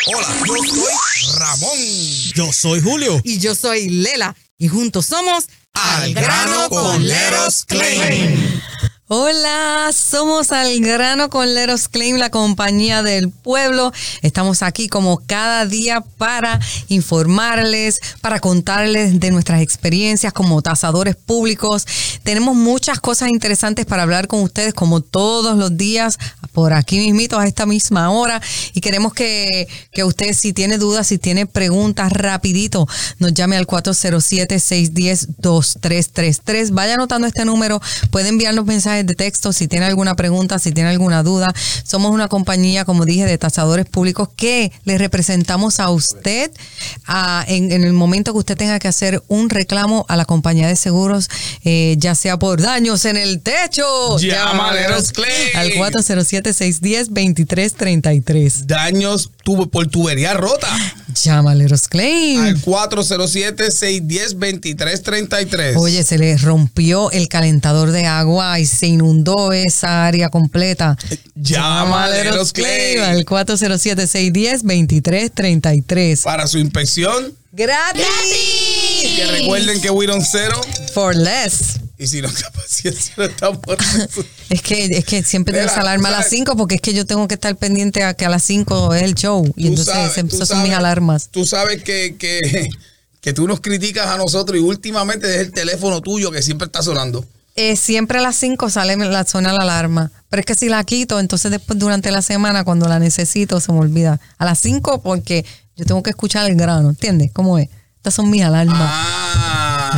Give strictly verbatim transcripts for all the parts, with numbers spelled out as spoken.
Hola, yo soy Ramón. Yo soy Julio. Y yo soy Lela. Y juntos somos Al Grano con Leros Claim. Hola, somos Al Grano con Leros Claim, la compañía del pueblo. Estamos aquí como cada día para informarles, para contarles de nuestras experiencias como tasadores públicos. Tenemos muchas cosas interesantes para hablar con ustedes como todos los días, por aquí mismito a esta misma hora. Y queremos que, que usted, si tiene dudas, si tiene preguntas, rapidito, nos llame al cuatro cero siete, seis uno cero, dos tres tres tres. Vaya anotando este número, puede enviarnos mensajes de texto si tiene alguna pregunta, si tiene alguna duda. Somos una compañía, como dije, de tasadores públicos que le representamos a usted a, en, en el momento que usted tenga que hacer un reclamo a la compañía de seguros, eh, ya sea por daños en el techo. Llama a Leros Claim al cuatro cero siete, seis uno cero, dos tres tres tres. Daños tu, por tubería rota. Llama a Leros Claim al cuatro cero siete, seis uno cero, dos tres tres tres. Oye, se le rompió el calentador de agua y se inundó esa área completa. Llama a Leros Claim al cuatro cero siete, seis uno cero, dos tres tres tres. Para su inspección ¡gratis! Y que recuerden que we don't settle for less. Y si no, capacidad no estamos. Es que, es que siempre Mira, tienes alarma a las cinco porque es que yo tengo que estar pendiente a que a las cinco es el show. Y Tú entonces sabes, esas tú son mis sabes, alarmas. Tú sabes que, que, que tú nos criticas a nosotros y últimamente es el teléfono tuyo que siempre está sonando. Eh, siempre a las cinco sale la suena la alarma. Pero es que si la quito, entonces después durante la semana cuando la necesito se me olvida. A las cinco porque yo tengo que escuchar el grano, ¿entiendes? ¿Cómo es? Estas son mis alarmas. Ah,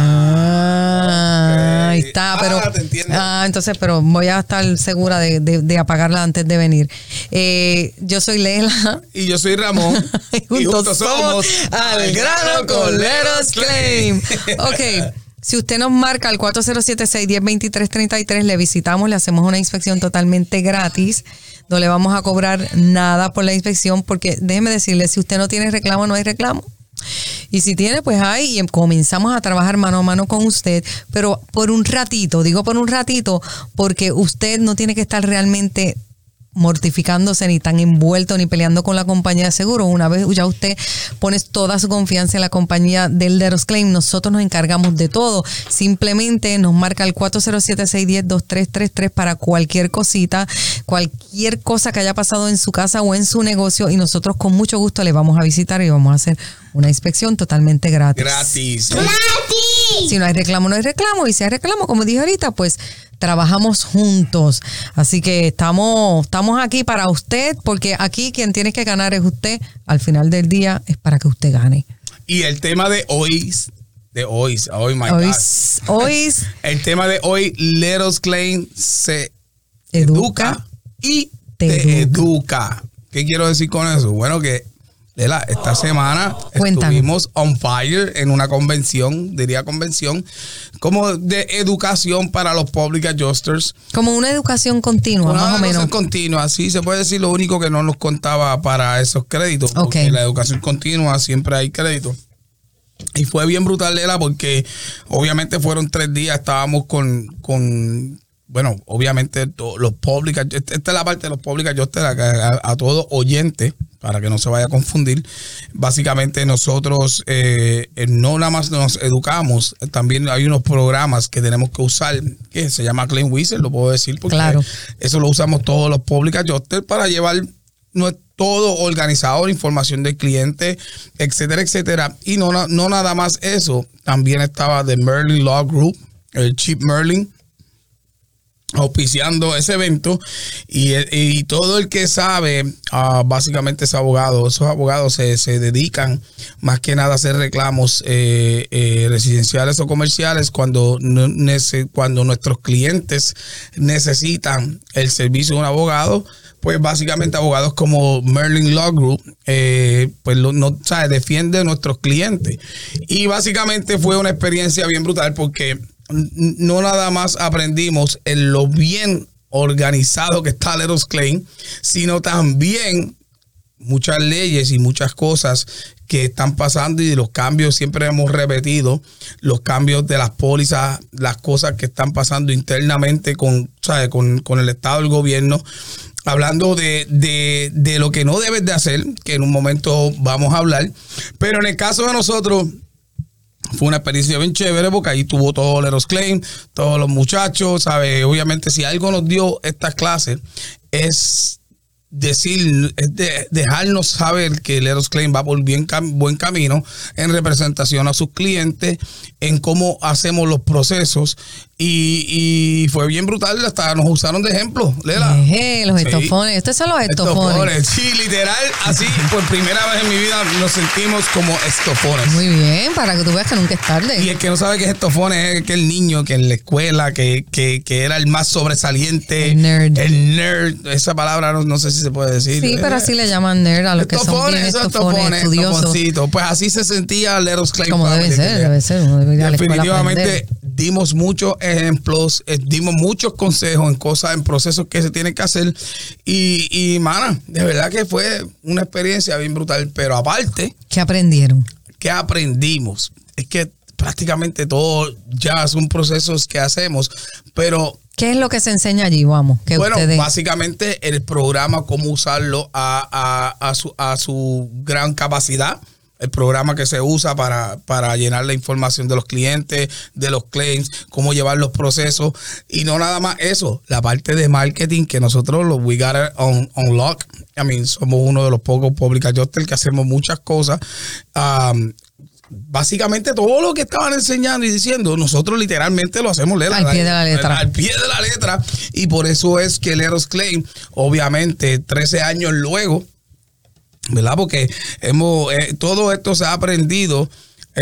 ah okay. Ahí está, pero Ah, te entiendo. ah, entonces, pero voy a estar segura de, de, de apagarla antes de venir. Eh, yo soy Lela. Y yo soy Ramón. y, juntos y juntos somos Al Grano con Leros Claim. Ok. Si usted nos marca al cuatro cero siete, seis uno cero, dos tres tres tres, le visitamos, le hacemos una inspección totalmente gratis. No le vamos a cobrar nada por la inspección porque déjeme decirle, si usted no tiene reclamo, no hay reclamo. Y si tiene, pues hay, y comenzamos a trabajar mano a mano con usted, pero por un ratito, digo por un ratito, porque usted no tiene que estar realmente mortificándose ni tan envuelto ni peleando con la compañía de seguros. Una vez ya usted pone toda su confianza en la compañía del Leros Claim, nosotros nos encargamos de todo. Simplemente nos marca el cuatro cero siete, seis uno cero, dos tres tres tres para cualquier cosita, cualquier cosa que haya pasado en su casa o en su negocio, y nosotros con mucho gusto le vamos a visitar y vamos a hacer una inspección totalmente gratis. Gratis. ¡Gratis! Si no hay reclamo, no hay reclamo. Y si hay reclamo, como dije ahorita, pues trabajamos juntos. Así que estamos, estamos aquí para usted, porque aquí quien tiene que ganar es usted. Al final del día es para que usted gane. Y el tema de hoy, de hoy, oh my Hoy, God. hoy El tema de hoy, Leros Claim se educa, educa y te te educa. educa. ¿Qué quiero decir con eso? Bueno, que Lela, esta semana Cuéntanos. estuvimos on fire en una convención, diría convención, como de educación para los public adjusters. como una educación continua, Una más o menos. educación continua, sí, se puede decir. Lo único que no nos contaba para esos créditos, Ok. porque la educación continua siempre hay créditos. Y fue bien brutal, Lela, porque obviamente fueron tres días, estábamos con, con bueno, obviamente to, los public, esta es la parte de los public adjusters, a, a, a todo oyente, para que no se vaya a confundir. Básicamente nosotros eh, no nada más nos educamos, también hay unos programas que tenemos que usar, que se llama Claim Wizard, lo puedo decir, porque Claro. eso lo usamos todos los public adjusters para llevar no, todo organizado, información del cliente, etcétera, etcétera. Y no, no nada más eso, también estaba The Merlin Law Group, el Chip Merlin, auspiciando ese evento, y, y todo el que sabe, uh, básicamente es abogado. Esos abogados se, se dedican más que nada a hacer reclamos eh, eh, residenciales o comerciales cuando, no, nece, cuando nuestros clientes necesitan el servicio de un abogado. Pues básicamente abogados como Merlin Law Group, eh, pues lo, no, ¿sabe? Defiende a nuestros clientes. Y básicamente fue una experiencia bien brutal porque no nada más aprendimos en lo bien organizado que está Leros Claim, sino también muchas leyes y muchas cosas que están pasando, y los cambios, siempre hemos repetido, los cambios de las pólizas, las cosas que están pasando internamente con, ¿sabe? con, con el Estado, el gobierno, hablando de, de, de lo que no debes de hacer, que en un momento vamos a hablar. Pero en el caso de nosotros, fue una experiencia bien chévere porque ahí tuvo todo Let Us Claim, todos los muchachos, ¿sabes? Obviamente, si algo nos dio estas clases es decir, es de, dejarnos saber que Let Us Claim va por bien cam, buen camino en representación a sus clientes, en cómo hacemos los procesos. Y, y fue bien brutal, hasta nos usaron de ejemplo, Lela. Eje, los estofones, sí. Estos son los estofones. estofones. Sí, literal, así por primera vez en mi vida nos sentimos como estofones. Muy bien, para que tú veas que nunca es tarde. Y el que no sabe qué es estofones es aquel niño que en la escuela, que, que, que era el más sobresaliente. El nerd. El nerd, esa palabra no, no sé si se puede decir. Sí, pero así le llaman nerd a los que son bien estofones, estudiosos. Pues así se sentía Let Us Claim. Como debe ser, debe ser. Uno debe ir a la escuela a definitivamente dimos muchos ejemplos, eh, dimos muchos consejos en cosas, en procesos que se tienen que hacer. Y, y mana, de verdad que fue una experiencia bien brutal. Pero aparte, ¿qué aprendieron? ¿Qué aprendimos? Es que prácticamente todo ya son procesos que hacemos, pero ¿qué es lo que se enseña allí, vamos? Que bueno, ustedes... básicamente el programa, cómo usarlo a, a, a, su, a su gran capacidad. El programa que se usa para, para llenar la información de los clientes, de los claims, cómo llevar los procesos. Y no nada más eso, la parte de marketing que nosotros, los We Got It on, on Lock, I mean, somos uno de los pocos public adjusters que hacemos muchas cosas. Um, Básicamente todo lo que estaban enseñando y diciendo, nosotros literalmente lo hacemos leer, al pie de la letra. Al, al pie de la letra. Y por eso es que Let Us Claim, obviamente, trece años luego, ¿verdad? Porque hemos eh, todo esto se ha aprendido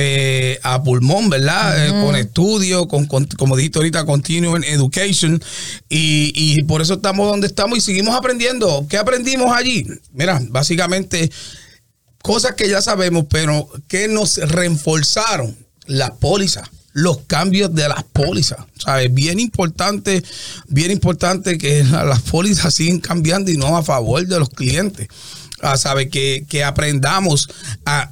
eh, a pulmón, ¿verdad? Uh-huh. Eh, con estudio, con, con, como dijiste ahorita, continuing education. Y, y por eso estamos donde estamos y seguimos aprendiendo. ¿Qué aprendimos allí? Mira, básicamente cosas que ya sabemos, pero que nos reforzaron las pólizas, los cambios de las pólizas, ¿sabes? Bien importante, bien importante que las pólizas siguen cambiando y no a favor de los clientes. Ah, ¿sabe? Que, que aprendamos a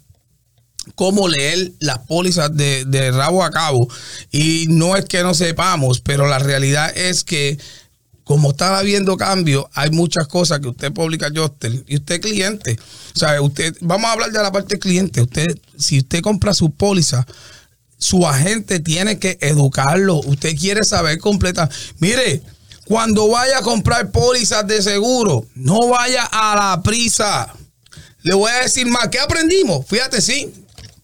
cómo leer las pólizas de, de rabo a cabo. Y no es que no sepamos, pero la realidad es que como está habiendo cambios, hay muchas cosas que usted public adjuster y usted cliente. ¿Sabe? Usted, vamos a hablar de la parte cliente. Usted, si usted compra su póliza, su agente tiene que educarlo. Usted quiere saber completa. Mire, cuando vaya a comprar pólizas de seguro, no vaya a la prisa. Le voy a decir más. ¿Qué aprendimos? Fíjate, sí.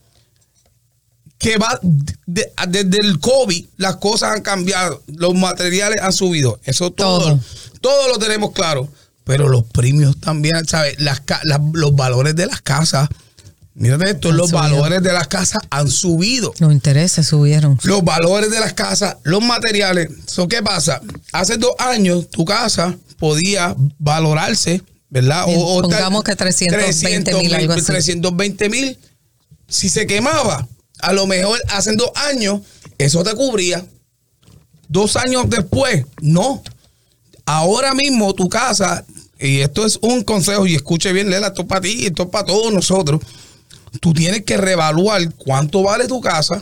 Que va de, de, desde el COVID, las cosas han cambiado. Los materiales han subido. Eso todo. Todo, todo lo tenemos claro. Pero los premios también, ¿sabes? Las, las, los valores de las casas. Mírate esto, han los subido. Valores de las casas han subido. Los intereses subieron. Los valores de las casas, los materiales. So, ¿qué pasa? Hace dos años tu casa podía valorarse, ¿verdad? O, Pongamos o tal, que trescientos veinte mil, algo así. trescientos veinte mil. Si se quemaba, a lo mejor hace dos años, eso te cubría. Dos años después, no. Ahora mismo tu casa, y esto es un consejo, y escuche bien, Lela, esto es para ti y esto es para todos nosotros. Tú tienes que reevaluar cuánto vale tu casa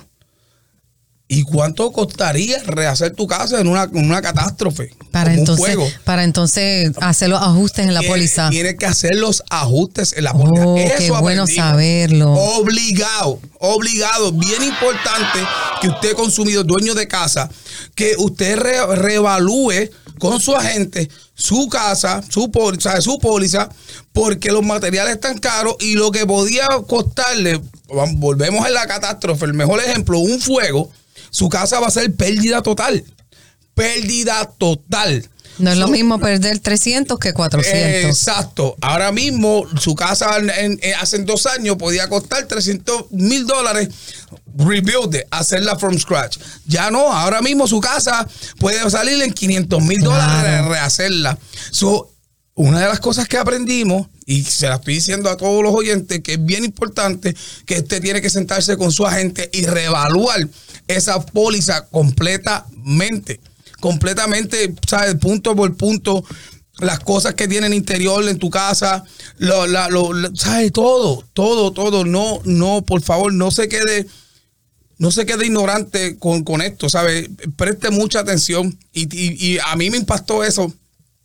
y cuánto costaría rehacer tu casa en una, en una catástrofe. Para como entonces, un fuego. para entonces hacer los ajustes en la póliza. Tienes que hacer los ajustes en la póliza. Oh, Eso qué bueno aprendimos. Saberlo. Obligado, obligado. Bien importante que usted, consumidor, dueño de casa, que usted re, reevalúe con su agente su casa, su póliza, su póliza, porque los materiales están caros y lo que podía costarle, volvemos a la catástrofe, el mejor ejemplo, un fuego, su casa va a ser pérdida total. Pérdida total. No es so, lo mismo perder trescientos que cuatrocientos. Exacto. Ahora mismo su casa en, en, hace dos años podía costar trescientos mil dólares. Rebuild it, hacerla from scratch. Ya no, ahora mismo su casa puede salir en quinientos mil dólares claro. rehacerla. So, una de las cosas que aprendimos, y se la estoy diciendo a todos los oyentes, que es bien importante, que usted tiene que sentarse con su agente y reevaluar esa póliza completamente. Completamente, ¿sabes? Punto por punto, las cosas que tienen interior en tu casa, lo, la, lo, ¿sabes? Todo, todo, todo. No, no, por favor, no se quede, no se quede ignorante con, con esto, ¿sabes? Preste mucha atención. Y, y, y a mí me impactó eso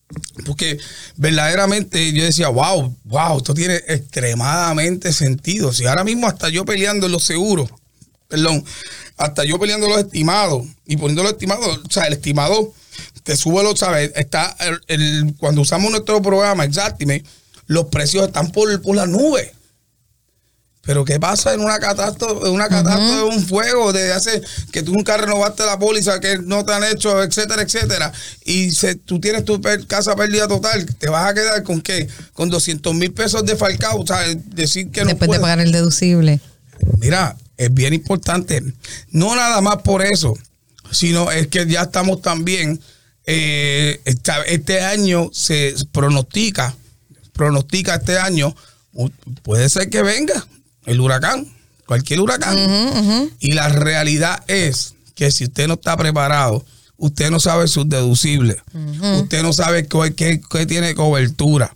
Porque verdaderamente yo decía, wow, wow, esto tiene extremadamente sentido. Si ahora mismo hasta yo peleando en los seguros, perdón, hasta yo peleando los estimados y poniendo los estimados, o sea, el estimado te sube los, ¿sabes? Está el, el, cuando usamos nuestro programa, Exactime, los precios están por, por las nubes. Pero ¿qué pasa en una catástrofe, una catástrofe, uh-huh. de un fuego, de hace que tú nunca renovaste la póliza, que no te han hecho, etcétera, etcétera? Y se, tú tienes tu per, casa pérdida total, ¿te vas a quedar con qué? Con doscientos mil pesos de falcao, o sea, decir que no después puedes. De pagar el deducible. Mira, es bien importante, no nada más por eso, sino es que ya estamos también, eh, este año se pronostica, pronostica este año, puede ser que venga el huracán, cualquier huracán. Uh-huh, uh-huh. Y la realidad es que si usted no está preparado, usted no sabe sus deducibles, uh-huh. usted no sabe qué, qué, qué tiene cobertura.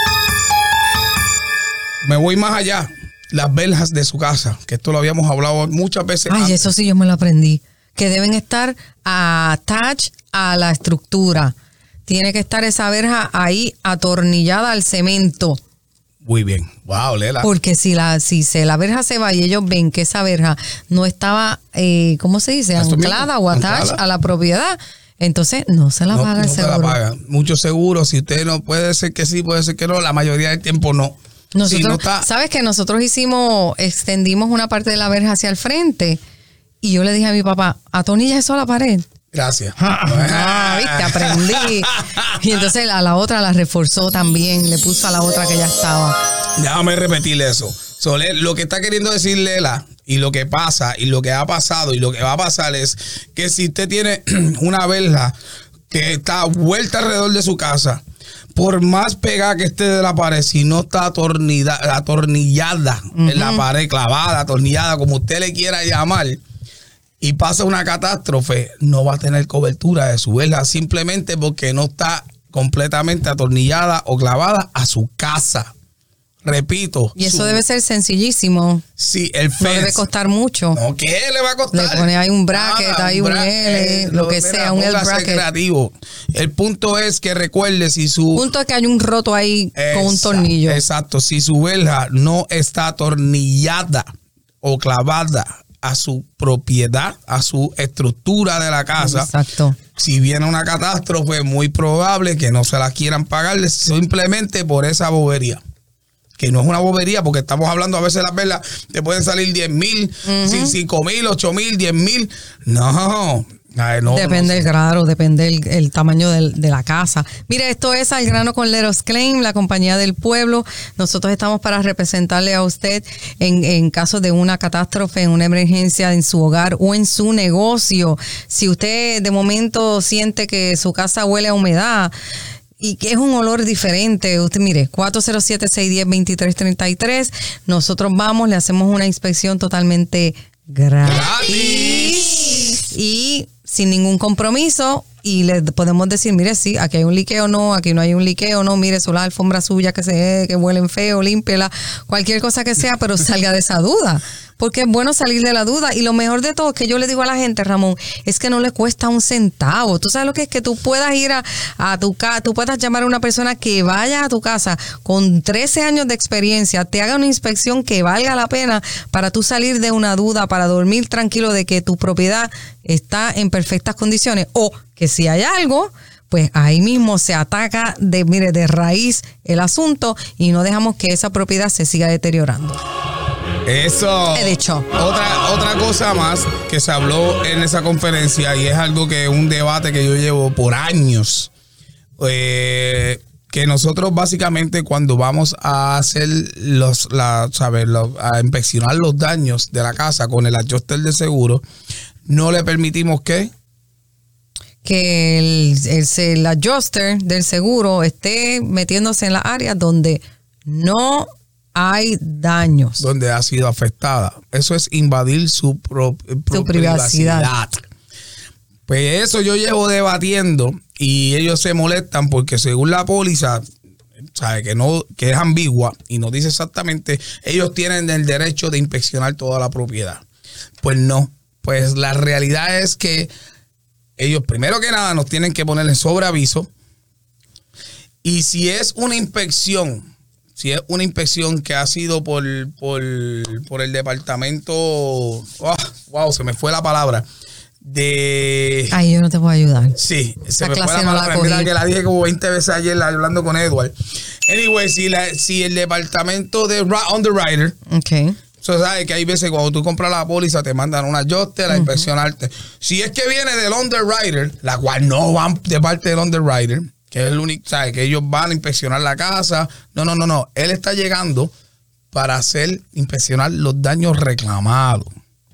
Me voy más allá. Las verjas de su casa, que esto lo habíamos hablado muchas veces. Ay, antes. Eso sí yo me lo aprendí. Que deben estar attached a la estructura. Tiene que estar esa verja ahí atornillada al cemento. Muy bien. Wow, Lela. Porque si la si se la verja se va y ellos ven que esa verja no estaba, eh, ¿cómo se dice? Anclada o attached a la propiedad, entonces no se la no, paga no el seguro. Se la paga. Muchos seguros, si usted no, puede ser que sí, puede ser que no, la mayoría del tiempo no. Nosotros, si no está, ¿sabes que nosotros hicimos, extendimos una parte de la verja hacia el frente? Y yo le dije a mi papá, atornilla eso a la pared. Gracias. Ah, viste, aprendí. Y entonces a la otra la reforzó también, le puso a la otra que ya estaba. Déjame repetir eso. So, lo que está queriendo decir Lela, y lo que pasa, y lo que ha pasado, y lo que va a pasar es que si usted tiene una verja que está vuelta alrededor de su casa, por más pegada que esté de la pared, si no está atornillada, atornillada uh-huh. en la pared, clavada, atornillada, como usted le quiera llamar, y pasa una catástrofe, no va a tener cobertura de su verja simplemente porque no está completamente atornillada o clavada a su casa. Repito. Y eso su, debe ser sencillísimo. Sí, el fence. No debe costar mucho. No, ¿qué le va a costar? Le pone ahí un bracket, Nada, ahí un, un L, eh, lo que mira, sea, un L bracket. Creativo. El punto es que recuerde si su... El punto es que hay un roto ahí exacto, con un tornillo. Exacto. Si su verja no está atornillada o clavada a su propiedad, a su estructura de la casa. Exacto. Si viene una catástrofe, es muy probable que no se la quieran pagar simplemente por esa bobería. Que no es una bobería, porque estamos hablando a veces las velas, te pueden salir diez mil, uh-huh. cinco mil, ocho mil, diez mil. No. Ay, no, depende no del grado, depende el, el tamaño del, de la casa. Mire, esto es Al Grano con Let Us Claim, la compañía del pueblo. Nosotros estamos para representarle a usted en, en caso de una catástrofe, en una emergencia en su hogar o en su negocio. Si usted de momento siente que su casa huele a humedad y que es un olor diferente, usted mire, cuatro cero siete, seis uno cero, dos tres tres tres. Nosotros vamos, le hacemos una inspección totalmente gratis. gratis. Y sin ningún compromiso, y le podemos decir, mire, sí, aquí hay un liqueo, no, aquí no hay un liqueo, no, mire, son las alfombras suyas que se que huelen feo, límpiela, cualquier cosa que sea, pero salga de esa duda, porque es bueno salir de la duda. Y lo mejor de todo que yo le digo a la gente, Ramón, es que no le cuesta un centavo. Tú sabes lo que es que tú puedas ir a, a tu casa, tú puedas llamar a una persona que vaya a tu casa con trece años de experiencia, te haga una inspección que valga la pena para tú salir de una duda, para dormir tranquilo de que tu propiedad está en perfectas condiciones, o que si hay algo, pues ahí mismo se ataca de, mire, de raíz el asunto y no dejamos que esa propiedad se siga deteriorando. Eso. He dicho. Otra, otra cosa más que se habló en esa conferencia, y es algo que un debate que yo llevo por años, eh, que nosotros básicamente cuando vamos a hacer los, la, ¿sabes? Los, a inspeccionar los daños de la casa con el adjuster de seguro, no le permitimos que que el, el, el adjuster del seguro esté metiéndose en las áreas donde no hay daños, donde ha sido afectada. Eso es invadir su, pro, pro, su privacidad. privacidad. Pues eso yo llevo debatiendo y ellos se molestan porque según la póliza, sabe que no, que es ambigua y no dice exactamente, ellos tienen el derecho de inspeccionar toda la propiedad. Pues no, pues la realidad es que ellos primero que nada nos tienen que poner en sobreaviso Y si es una inspección, si es una inspección que ha sido por, por, por el departamento, oh, wow, se me fue la palabra, de... Ay, yo no te puedo ayudar. Sí, se la me fue la no palabra, la mira que la dije como veinte veces ayer hablando con Edward. Anyway, si, la, si el departamento de Underwriter, okay. So, sabes que hay veces cuando tú compras la póliza te mandan una adjuster a uh-huh. inspeccionarte. Si es que viene del underwriter, la cual no van de parte del underwriter, que es el único, sabes que ellos van a inspeccionar la casa. No, no, no, no. Él está llegando para hacer inspeccionar los daños reclamados.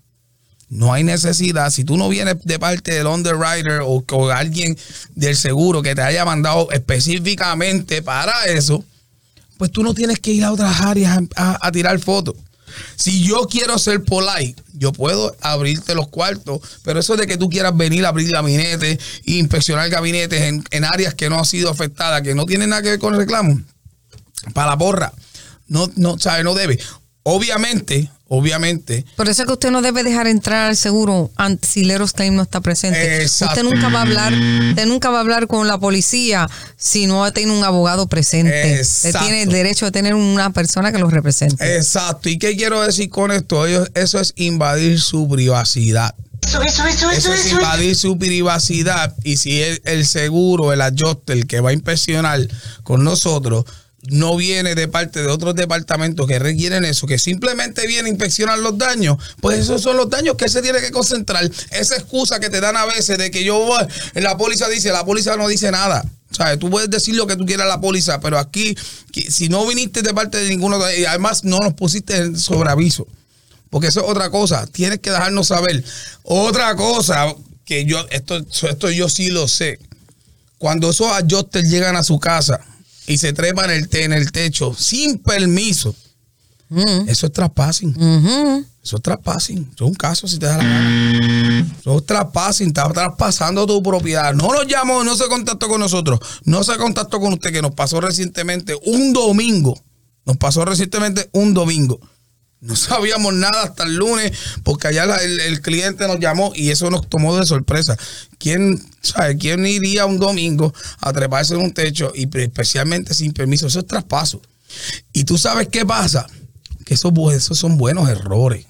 No hay necesidad. Si tú no vienes de parte del underwriter o, o alguien del seguro que te haya mandado específicamente para eso, pues tú no tienes que ir a otras áreas a, a, a tirar fotos. Si yo quiero ser polite, yo puedo abrirte los cuartos, pero eso de que tú quieras venir a abrir gabinetes e inspeccionar gabinetes en, en áreas que no han sido afectadas, que no tienen nada que ver con el reclamo, para la porra, no, no, ¿sabe? No debe. Obviamente, obviamente. Por eso es que usted no debe dejar entrar al seguro si Leros Claim no está presente. Exacto. Usted nunca va a hablar, usted nunca va a hablar con la policía si no tiene un abogado presente. Usted tiene el derecho de tener una persona que lo represente. Exacto. ¿Y qué quiero decir con esto? Eso es invadir su privacidad. Eso, eso, eso, eso, eso es invadir su privacidad. Y si el, el seguro, el adjuster que va a inspeccionar con nosotros, no viene de parte de otros departamentos que requieren eso, que simplemente viene a inspeccionar los daños, pues esos son los daños que él se tiene que concentrar. Esa excusa que te dan a veces de que yo, la póliza dice, la póliza no dice nada. ¿Sabes? Tú puedes decir lo que tú quieras a la póliza, pero aquí, si no viniste de parte de ninguno, y además no nos pusiste sobre aviso, porque eso es otra cosa. Tienes que dejarnos saber. Otra cosa que yo, esto, esto yo sí lo sé. Cuando esos adjusters llegan a su casa y se trepan en el, te, en el techo sin permiso, mm. eso es trespassing. Mm-hmm. Eso es trespassing. Eso es un caso si te da la gana. Eso es trespassing. Está traspasando tu propiedad. No nos llamó, no se contactó con nosotros. No se contactó con usted, que nos pasó recientemente un domingo. Nos pasó recientemente un domingo. No sabíamos nada hasta el lunes, porque allá la, el, el cliente nos llamó y eso nos tomó de sorpresa. ¿Quién, sabe, quién iría un domingo a treparse en un techo y especialmente sin permiso? Eso es traspaso. Y tú sabes qué pasa, que esos, esos son buenos errores.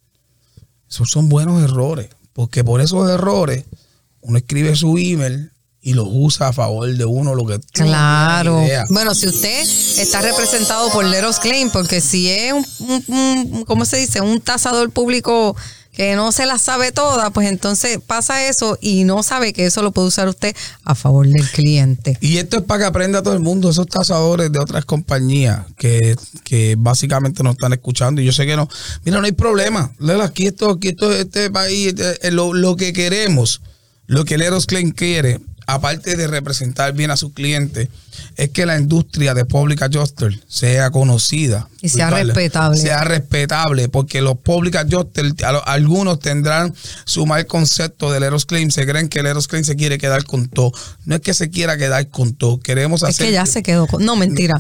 Esos son buenos errores, porque por esos errores uno escribe su email y los usa a favor de uno, lo que claro. Bueno, si usted está representado por Leros Claim, porque si es un, un, un ¿cómo se dice? Un tasador público que no se la sabe toda, pues entonces pasa eso y no sabe que eso lo puede usar usted a favor del cliente. Y esto es para que aprenda todo el mundo, esos tasadores de otras compañías que, que básicamente nos están escuchando. Y yo sé que no, mira, no hay problema. Lela, aquí esto, aquí esto, este país, este, lo, lo que queremos, lo que Leros Claim quiere, aparte de representar bien a sus clientes, es que la industria de Public Adjuster sea conocida. Y sea ¿vale? respetable. Sea respetable, porque los Public Adjuster, algunos tendrán su mal concepto de Leros Claim. Se creen que Leros Claim se quiere quedar con todo. No es que se quiera quedar con todo. Queremos hacer... Es que ya se quedó con... No, mentira.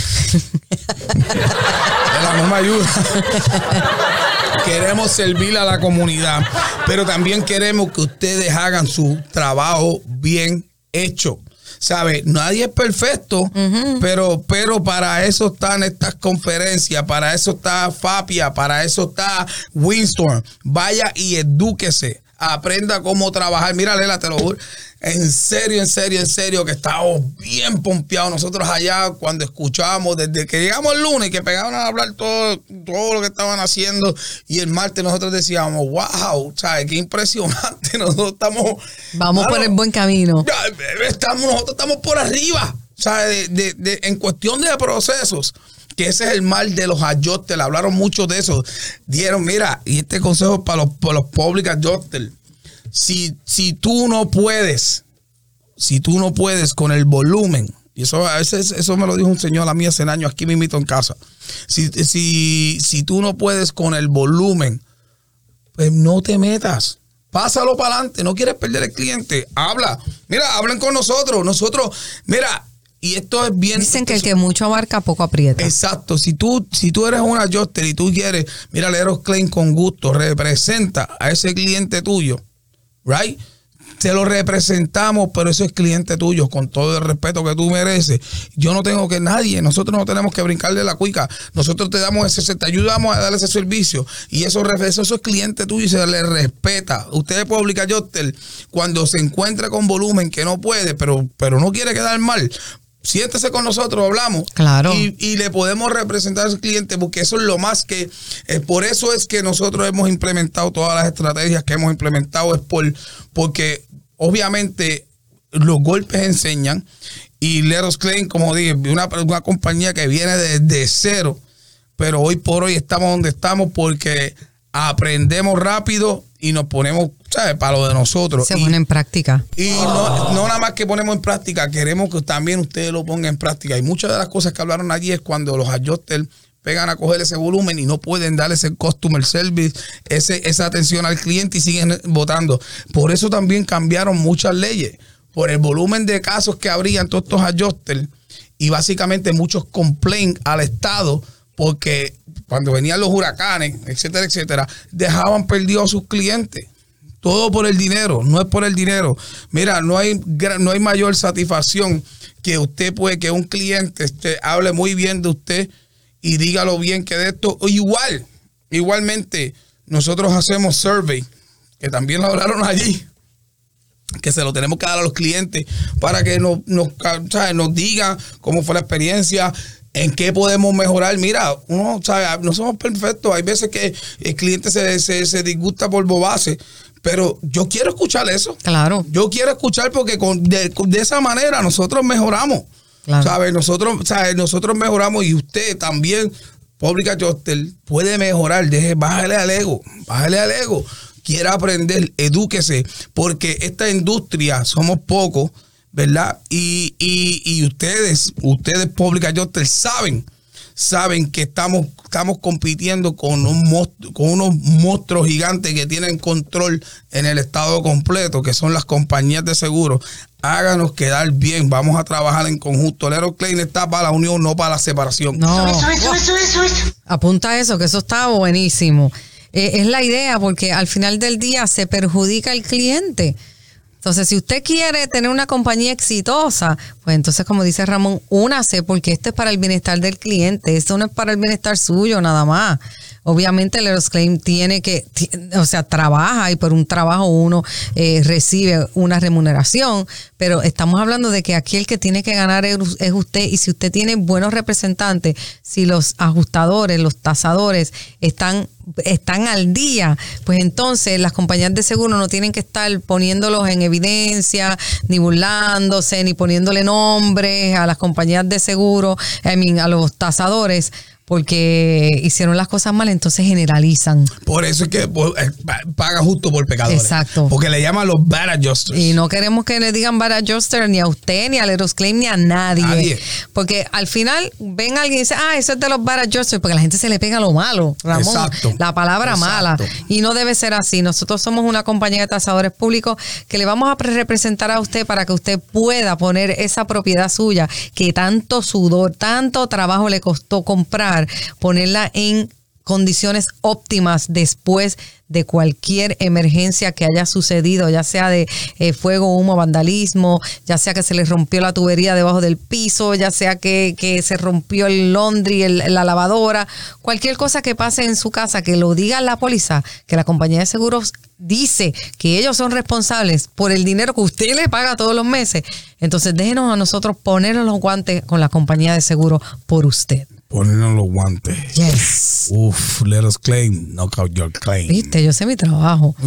No me ayuda. Queremos servir a la comunidad, pero también queremos que ustedes hagan su trabajo bien hecho. ¿Sabe? Nadie es perfecto, uh-huh. pero, pero para eso están estas conferencias, para eso está Fapia, para eso está Windstorm. Vaya y edúquese, aprenda cómo trabajar. Mira, Lela, te lo juro. En serio, en serio, en serio, que estábamos bien pompeados nosotros allá cuando escuchábamos, desde que llegamos el lunes, que pegaban a hablar todo, todo lo que estaban haciendo, y el martes nosotros decíamos, wow, ¿sabes? Qué impresionante, nosotros estamos... Vamos mano, por el buen camino. Estamos, nosotros estamos por arriba, ¿sabes? De, de, de, en cuestión de procesos, que ese es el mal de los adjusters, hablaron mucho de eso, dieron, mira, y este consejo para los, para los public adjusters. Si, si tú no puedes, si tú no puedes con el volumen, y eso a veces eso me lo dijo un señor a mí hace años aquí mismito en casa. Si, si, si tú no puedes con el volumen, pues no te metas. Pásalo para adelante, no quieres perder el cliente. Habla. Mira, hablen con nosotros. Nosotros, mira, y esto es bien. Dicen que el que mucho abarca, poco aprieta. Exacto. Si tú, si tú eres un adjuster y tú quieres, mira, Leros Claim con gusto representa a ese cliente tuyo. Right? te lo representamos, pero eso es cliente tuyo, con todo el respeto que tú mereces. Yo no tengo que nadie, nosotros no tenemos que brincarle la cuica. Nosotros te damos ese, te ayudamos a darle ese servicio. Y eso, eso, eso es cliente tuyo y se le respeta. Usted puede publicar Yostel cuando se encuentra con volumen que no puede, pero, pero no quiere quedar mal. Siéntese con nosotros, hablamos. Claro. Y, y le podemos representar al cliente, porque eso es lo más que, eh, por eso es que nosotros hemos implementado todas las estrategias que hemos implementado, es por, porque obviamente los golpes enseñan, y Let Us Claim, como dije, una, una compañía que viene desde cero, pero hoy por hoy estamos donde estamos porque aprendemos rápido y nos ponemos, ¿sabes?, para lo de nosotros. Se y, pone en práctica. Y no, no nada más que ponemos en práctica, queremos que también ustedes lo pongan en práctica. Y muchas de las cosas que hablaron allí es cuando los adjusters pegan a coger ese volumen y no pueden darle ese customer service, ese, esa atención al cliente y siguen votando. Por eso también cambiaron muchas leyes, por el volumen de casos que habrían todos estos adjusters y básicamente muchos complaints al Estado, porque cuando venían los huracanes, etcétera, etcétera, dejaban perdidos a sus clientes. Todo por el dinero, no es por el dinero. Mira, no hay, no hay mayor satisfacción que usted puede, que un cliente este, hable muy bien de usted y diga lo bien que de esto. Igual, igualmente, nosotros hacemos survey, que también lo hablaron allí, que se lo tenemos que dar a los clientes para que nos, nos, ¿sabes?, nos digan cómo fue la experiencia, en qué podemos mejorar. Mira, uno, ¿sabes?, no somos perfectos. Hay veces que el cliente se, se, se disgusta por bobace, pero yo quiero escuchar eso. Claro. Yo quiero escuchar porque con, de, de esa manera nosotros mejoramos. Claro. ¿Sabes? Nosotros, ¿sabes? Nosotros mejoramos y usted también, Public Adjuster, puede mejorar. Deje, bájale al ego, bájale al ego. Quiera aprender, edúquese, porque esta industria somos pocos, ¿verdad? Y, y, y ustedes, ustedes Public Adjuster, saben, saben que estamos, estamos compitiendo con, un monstruo, con unos monstruos gigantes que tienen control en el estado completo, que son las compañías de seguros. Háganos quedar bien, vamos a trabajar en conjunto. Let Us Claim está para la unión, no para la separación. No. Eso, eso, eso, eso, eso. Apunta eso, que eso está buenísimo. Eh, es la idea, porque al final del día se perjudica el cliente. Entonces, si usted quiere tener una compañía exitosa, pues entonces, como dice Ramón, únase, porque esto es para el bienestar del cliente. Esto no es para el bienestar suyo nada más. Obviamente, Let Us Claim tiene que, o sea, trabaja y por un trabajo uno eh, recibe una remuneración, pero estamos hablando de que aquí el que tiene que ganar es, es usted, y si usted tiene buenos representantes, si los ajustadores, los tasadores están están al día, pues entonces las compañías de seguro no tienen que estar poniéndolos en evidencia, ni burlándose, ni poniéndole nombres a las compañías de seguro, I mean, a los tasadores, porque hicieron las cosas mal, entonces generalizan. Por eso es que paga justo por pecadores. Exacto. Porque le llaman los bad adjusters. Y no queremos que le digan bad adjuster ni a usted, ni a Let Us Claim, ni a nadie. nadie. Porque al final ven a alguien y dice, ah, eso es de los bad adjusters, porque la gente se le pega lo malo, Ramón. Exacto. La palabra Exacto. mala. Y no debe ser así. Nosotros somos una compañía de tasadores públicos que le vamos a representar a usted para que usted pueda poner esa propiedad suya que tanto sudor, tanto trabajo le costó comprar, ponerla en condiciones óptimas después de cualquier emergencia que haya sucedido, ya sea de eh, fuego, humo, vandalismo, ya sea que se le rompió la tubería debajo del piso, ya sea que, que se rompió el laundry, el, la lavadora, cualquier cosa que pase en su casa, que lo diga la póliza, que la compañía de seguros dice que ellos son responsables por el dinero que usted le paga todos los meses. Entonces déjenos a nosotros ponernos los guantes con la compañía de seguro por usted. Ponernos los guantes. Yes. Uf, Let Us Claim, knock out your claim. Viste, yo sé mi trabajo.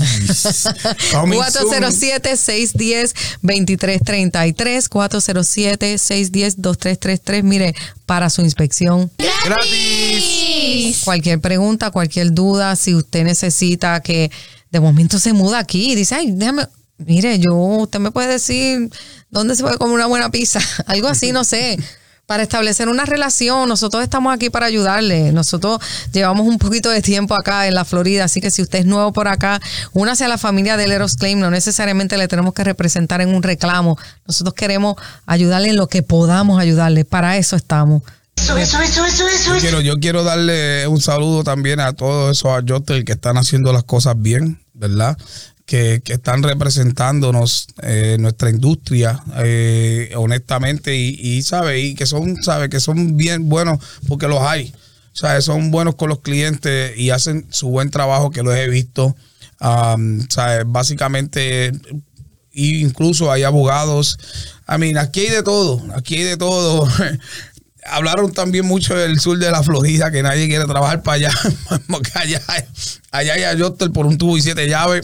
cuatro cero siete, seis uno cero, dos tres tres tres, cuatro cero siete, seis uno cero, dos tres tres tres. Mire, para su inspección. ¡Gratis! Cualquier pregunta, cualquier duda, si usted necesita que de momento se muda aquí y dice, ay, déjame... Mire, yo, usted me puede decir dónde se puede comer una buena pizza, algo así, no sé, para establecer una relación. Nosotros estamos aquí para ayudarle. Nosotros llevamos un poquito de tiempo acá en la Florida, así que si usted es nuevo por acá, únase a la familia de Let Us Claim. No necesariamente le tenemos que representar en un reclamo. Nosotros queremos ayudarle en lo que podamos ayudarle. Para eso estamos. Eso, eso, eso, eso, eso. Yo quiero, yo quiero darle un saludo también a todos esos adjusters que están haciendo las cosas bien, ¿verdad? que, que están representándonos eh, nuestra industria, eh, honestamente, y, y sabe, y que son, sabe, que son bien buenos porque los hay. O sea, son buenos con los clientes y hacen su buen trabajo, que los he visto. Um, o sea, básicamente, incluso hay abogados. I mean, aquí hay de todo, aquí hay de todo. Hablaron también mucho del sur de la Florida, que nadie quiere trabajar para allá, porque allá, allá hay a Yoster por un tubo y siete llaves.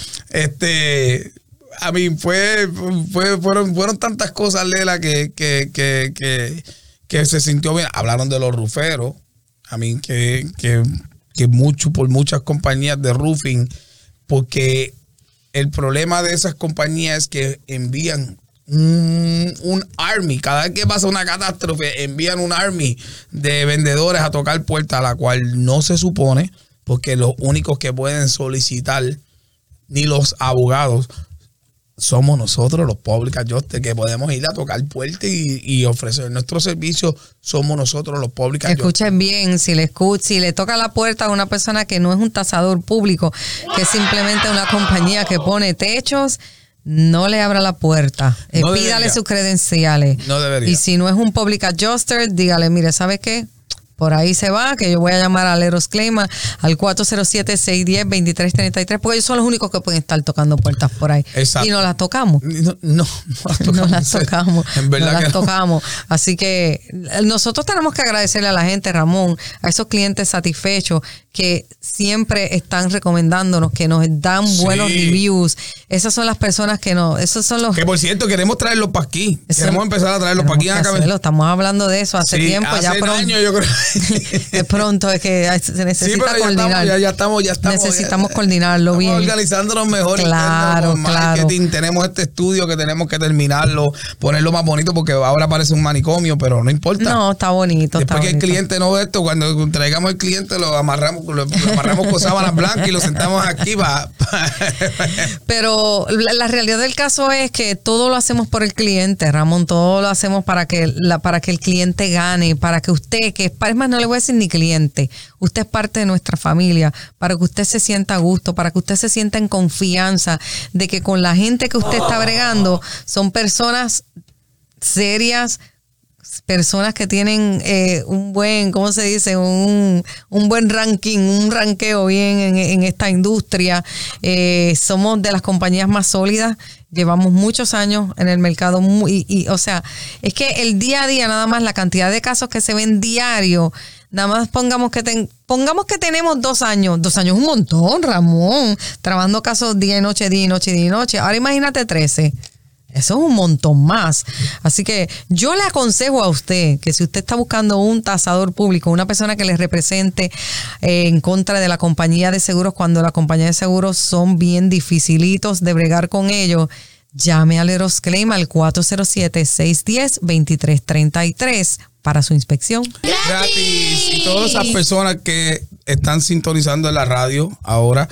Este, a mí fue, fue, fueron, fueron tantas cosas, Lela, que, que, que, que, que se sintió bien. Hablaron de los ruferos, a mí que, que, que mucho, por muchas compañías de roofing, porque el problema de esas compañías es que envían Un, un army, cada vez que pasa una catástrofe envían un army de vendedores a tocar puertas, a la cual no se supone, porque los únicos que pueden solicitar, ni los abogados, somos nosotros, los public adjusters, que podemos ir a tocar puertas y, y ofrecer nuestros servicios. Somos nosotros los public adjusters. Escuchen bien, si le escuch, si le toca la puerta a una persona que no es un tasador público, que es simplemente una compañía que pone techos, no le abra la puerta, eh, no pídale sus credenciales. No debería. Y si no es un public adjuster, dígale, mire, ¿sabe qué? Por ahí se va, que yo voy a llamar a Leros Claim al cuatro cero siete, seis uno cero, dos tres tres tres, porque ellos son los únicos que pueden estar tocando puertas por ahí. Exacto. Y no las tocamos. No, no, no las tocamos. No las tocamos. En verdad no que las no. tocamos. Así que nosotros tenemos que agradecerle a la gente, Ramón, a esos clientes satisfechos que siempre están recomendándonos, que nos dan Sí. buenos reviews. Esas son las personas que nos, esos son los Que por cierto, queremos traerlos para aquí. Eso- Queremos empezar a traerlos para aquí. tenemos que Acá. hacerlo. Estamos hablando de eso hace Sí, tiempo, hace ya pronto. años, yo creo. De pronto es que se necesita Sí, pero ya coordinar. estamos, ya, ya estamos, ya estamos. Necesitamos ya- coordinarlo estamos bien. organizándonos mejor. Claro, con claro. marketing. Tenemos este estudio que tenemos que terminarlo, ponerlo más bonito, porque ahora parece un manicomio, pero no importa. No, está bonito. Después está que el bonito. cliente no ve esto, cuando traigamos el cliente, lo amarramos, lo, lo amarramos con sábanas blancas y lo sentamos aquí para. Pero la, la realidad del caso es que todo lo hacemos por el cliente, Ramón, todo lo hacemos para que la, para que el cliente gane, para que usted, que es más, no le voy a decir ni cliente, usted es parte de nuestra familia, para que usted se sienta a gusto, para que usted se sienta en confianza de que con la gente que usted está bregando son personas serias, personas que tienen eh, un buen, ¿cómo se dice? Un, un buen ranking, un ranqueo bien en, en esta industria. Eh, somos de las compañías más sólidas. Llevamos muchos años en el mercado muy, y, y, o sea, es que el día a día nada más la cantidad de casos que se ven diario, nada más pongamos que ten, pongamos que tenemos dos años, dos años es un montón, Ramón, trabajando casos día y noche, día y noche, día y noche. Ahora imagínate trece. Eso es un montón más. Así que yo le aconsejo a usted que si usted está buscando un tasador público, una persona que le represente eh, en contra de la compañía de seguros, cuando la compañía de seguros son bien dificilitos de bregar con ellos, llame a Leros Claim al cuatro cero siete, seis uno cero, dos tres tres tres para su inspección. Gratis. Y todas esas personas que están sintonizando en la radio ahora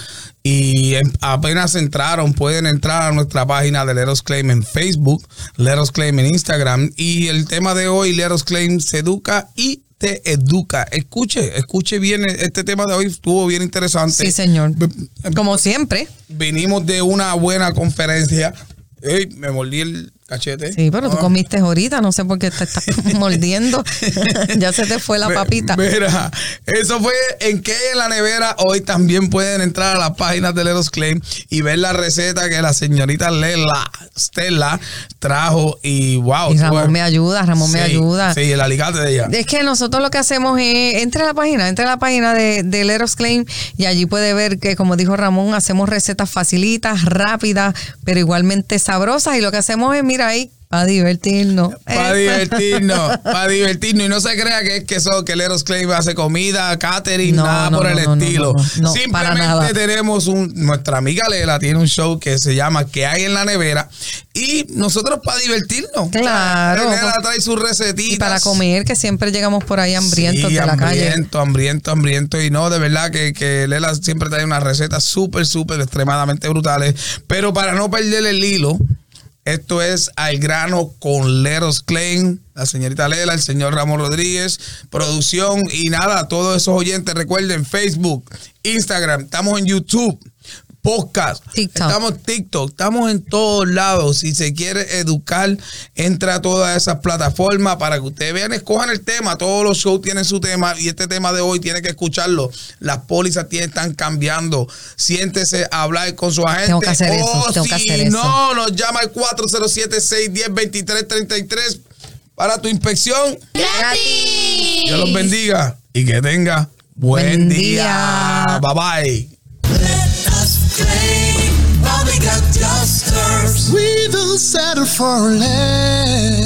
y en- apenas entraron, pueden entrar a nuestra página de Leros Claim en Facebook, Leros Claim en Instagram. Y el tema de hoy, Leros Claim se educa y te educa. Escuche, escuche bien, este tema de hoy estuvo bien interesante. Sí, señor. Como siempre. Venimos de una buena conferencia. Ey, me mordí el cachete. Sí, pero tú Ah. comiste ahorita, no sé por qué te estás mordiendo. Ya se te fue la Mi- papita. Mira, eso fue en que en la nevera. Hoy también pueden entrar a las páginas de Leros Claim y ver la receta que la señorita Lela, Stella, trajo. Y wow. Y eso Ramón fue- me ayuda, Ramón me Sí, ayuda. Sí, el alicate de ella. Es que nosotros lo que hacemos es, entre a la página, entre a la página de, de Leros Claim y allí puede ver que, como dijo Ramón, hacemos recetas facilitas, rápidas, pero igualmente sabrosas. Y lo que hacemos es, mira ahí, para divertirnos. Para Eso. divertirnos, para divertirnos. Y no se crea que es que eso, que Leros Claim hace comida, catering, No, nada no, por no, el no, no, estilo. no, no, no, para nada. Simplemente tenemos un, nuestra amiga Lela tiene un show que se llama ¿Qué hay en la nevera? Y nosotros para divertirnos. Claro. Lela trae sus recetitas. Y para comer, que siempre llegamos por ahí hambrientos Sí, de la calle. hambriento, hambriento, hambriento. Y no, de verdad que, que Lela siempre trae unas recetas súper, súper extremadamente brutales. Pero para no perder el hilo, esto es Al Grano con Leros Claim, la señorita Lela, el señor Ramón Rodríguez, producción y nada, todos esos oyentes recuerden Facebook, Instagram, estamos en YouTube. podcast. TikTok. Estamos TikTok, estamos en todos lados. Si se quiere educar, entra a todas esas plataformas para que ustedes vean, escojan el tema. Todos los shows tienen su tema y este tema de hoy tiene que escucharlo. Las pólizas tienen, están cambiando. Siéntese a hablar con su agente. Tengo que hacer eso, O tengo que si hacer eso. no, nos llama al cuatro cero siete, seis uno cero, dos tres tres tres para tu inspección. ¡Gratis! Dios los bendiga y que tenga buen, Buen día. día. Bye bye. We don't settle for less.